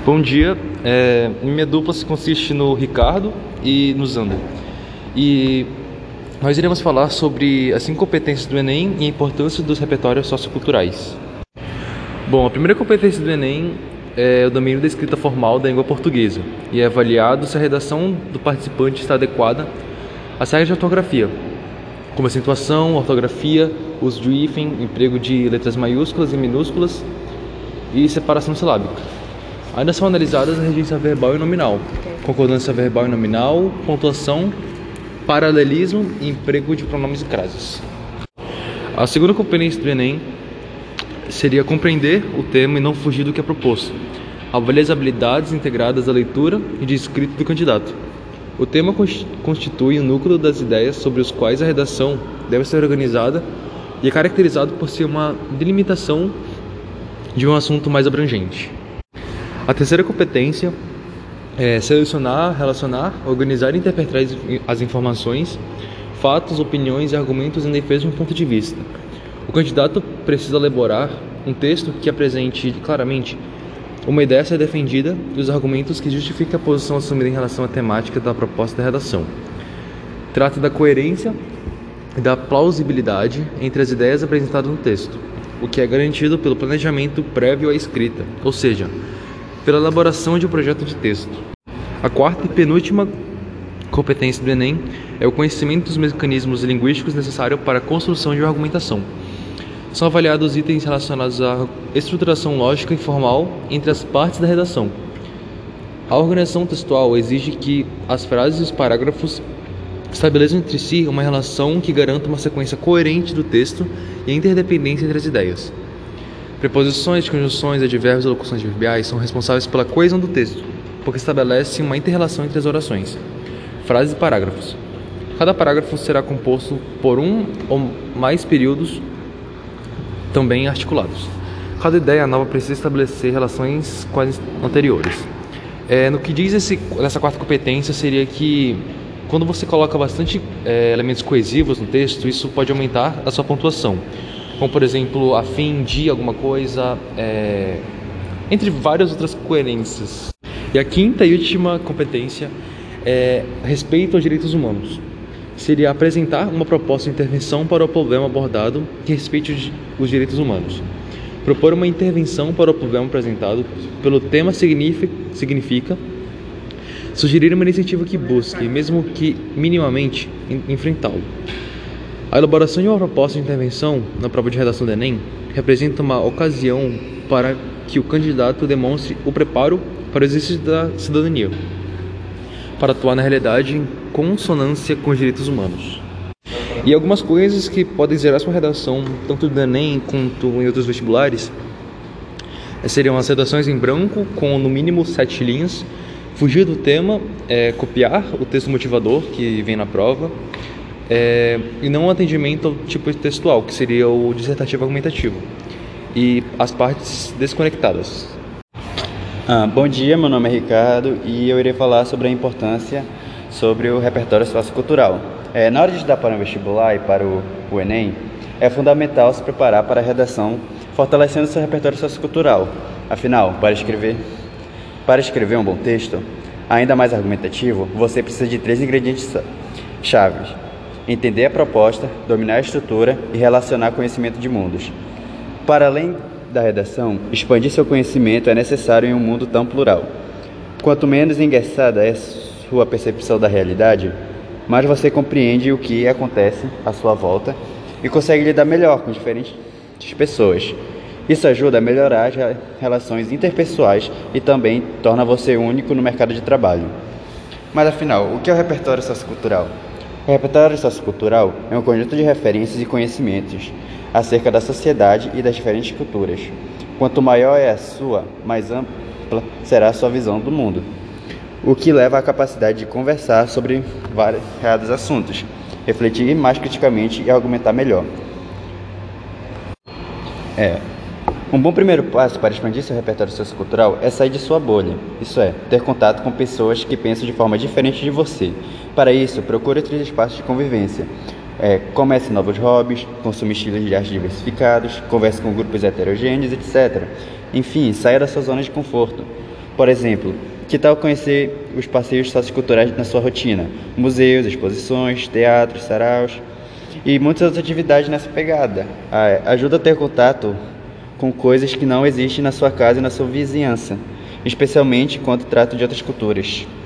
Bom dia, minha dupla se consiste no Ricardo e no Zander. E nós iremos falar sobre as 5 competências do Enem e a importância dos repertórios socioculturais. Bom, a primeira competência do Enem é o domínio da escrita formal da língua portuguesa e é avaliado se a redação do participante está adequada às regras de ortografia, como acentuação, ortografia, uso de hífen, emprego de letras maiúsculas e minúsculas e separação silábica. Ainda são analisadas a regência verbal e nominal, concordância verbal e nominal, pontuação, paralelismo e emprego de pronomes e crases. A segunda competência do Enem seria compreender o tema e não fugir do que é proposto. Avaliar as habilidades integradas à leitura e de escrita do candidato. O tema constitui o núcleo das ideias sobre os quais a redação deve ser organizada e é caracterizado por ser uma delimitação de um assunto mais abrangente. A terceira competência é selecionar, relacionar, organizar e interpretar as informações, fatos, opiniões e argumentos em defesa de um ponto de vista. O candidato precisa elaborar um texto que apresente claramente uma ideia a ser defendida e os argumentos que justifiquem a posição assumida em relação à temática da proposta da redação. Trata da coerência e da plausibilidade entre as ideias apresentadas no texto, o que é garantido pelo planejamento prévio à escrita, ou seja, pela elaboração de um projeto de texto. A quarta e penúltima competência do Enem é o conhecimento dos mecanismos linguísticos necessários para a construção de uma argumentação. São avaliados itens relacionados à estruturação lógica e formal entre as partes da redação. A organização textual exige que as frases e os parágrafos estabeleçam entre si uma relação que garanta uma sequência coerente do texto e a interdependência entre as ideias. Preposições, conjunções, advérbios e locuções verbiais são responsáveis pela coesão do texto, porque estabelecem uma inter-relação entre as orações, frases e parágrafos. Cada parágrafo será composto por um ou mais períodos também articulados. Cada ideia nova precisa estabelecer relações com as anteriores. No que diz essa quarta competência seria que quando você coloca bastante elementos coesivos no texto, isso pode aumentar a sua pontuação. Como, por exemplo, a fim de alguma coisa, entre várias outras coerências. E a quinta e última competência é respeito aos direitos humanos. Seria apresentar uma proposta de intervenção para o problema abordado que respeite os direitos humanos. Propor uma intervenção para o problema apresentado pelo tema significa sugerir uma iniciativa que busque, mesmo que minimamente, enfrentá-lo. A elaboração de uma proposta de intervenção na prova de redação do Enem representa uma ocasião para que o candidato demonstre o preparo para o exercício da cidadania, para atuar na realidade em consonância com os direitos humanos. E algumas coisas que podem zerar sua redação, tanto do Enem quanto em outros vestibulares, seriam as redações em branco, com no mínimo 7 linhas, fugir do tema, copiar o texto motivador que vem na prova, e não um atendimento ao tipo textual, que seria o dissertativo argumentativo, e as partes desconectadas. Bom dia, meu nome é Ricardo e eu irei falar sobre a importância sobre o repertório sociocultural. Na hora de estudar para o vestibular e para o Enem, é fundamental se preparar para a redação, fortalecendo seu repertório sociocultural. Afinal, para escrever um bom texto, ainda mais argumentativo, você precisa de 3 ingredientes chaves: entender a proposta, dominar a estrutura e relacionar conhecimento de mundos. Para além da redação, expandir seu conhecimento é necessário em um mundo tão plural. Quanto menos enguiçada é sua percepção da realidade, mais você compreende o que acontece à sua volta e consegue lidar melhor com diferentes pessoas. Isso ajuda a melhorar as relações interpessoais e também torna você único no mercado de trabalho. Mas afinal, o que é o repertório sociocultural? O repertório sociocultural é um conjunto de referências e conhecimentos acerca da sociedade e das diferentes culturas. Quanto maior é a sua, mais ampla será a sua visão do mundo, o que leva à capacidade de conversar sobre variados assuntos, refletir mais criticamente e argumentar melhor. Um bom primeiro passo para expandir seu repertório sociocultural é sair de sua bolha, isso é, ter contato com pessoas que pensam de forma diferente de você. Para isso, procure outros espaços de convivência. Comece novos hobbies, consuma estilos de arte diversificados, converse com grupos heterogêneos, etc. Enfim, saia da sua zona de conforto. Por exemplo, que tal conhecer os passeios socioculturais na sua rotina? Museus, exposições, teatros, saraus e muitas outras atividades nessa pegada. Ajuda a ter contato com coisas que não existem na sua casa e na sua vizinhança, especialmente quando trata de outras culturas.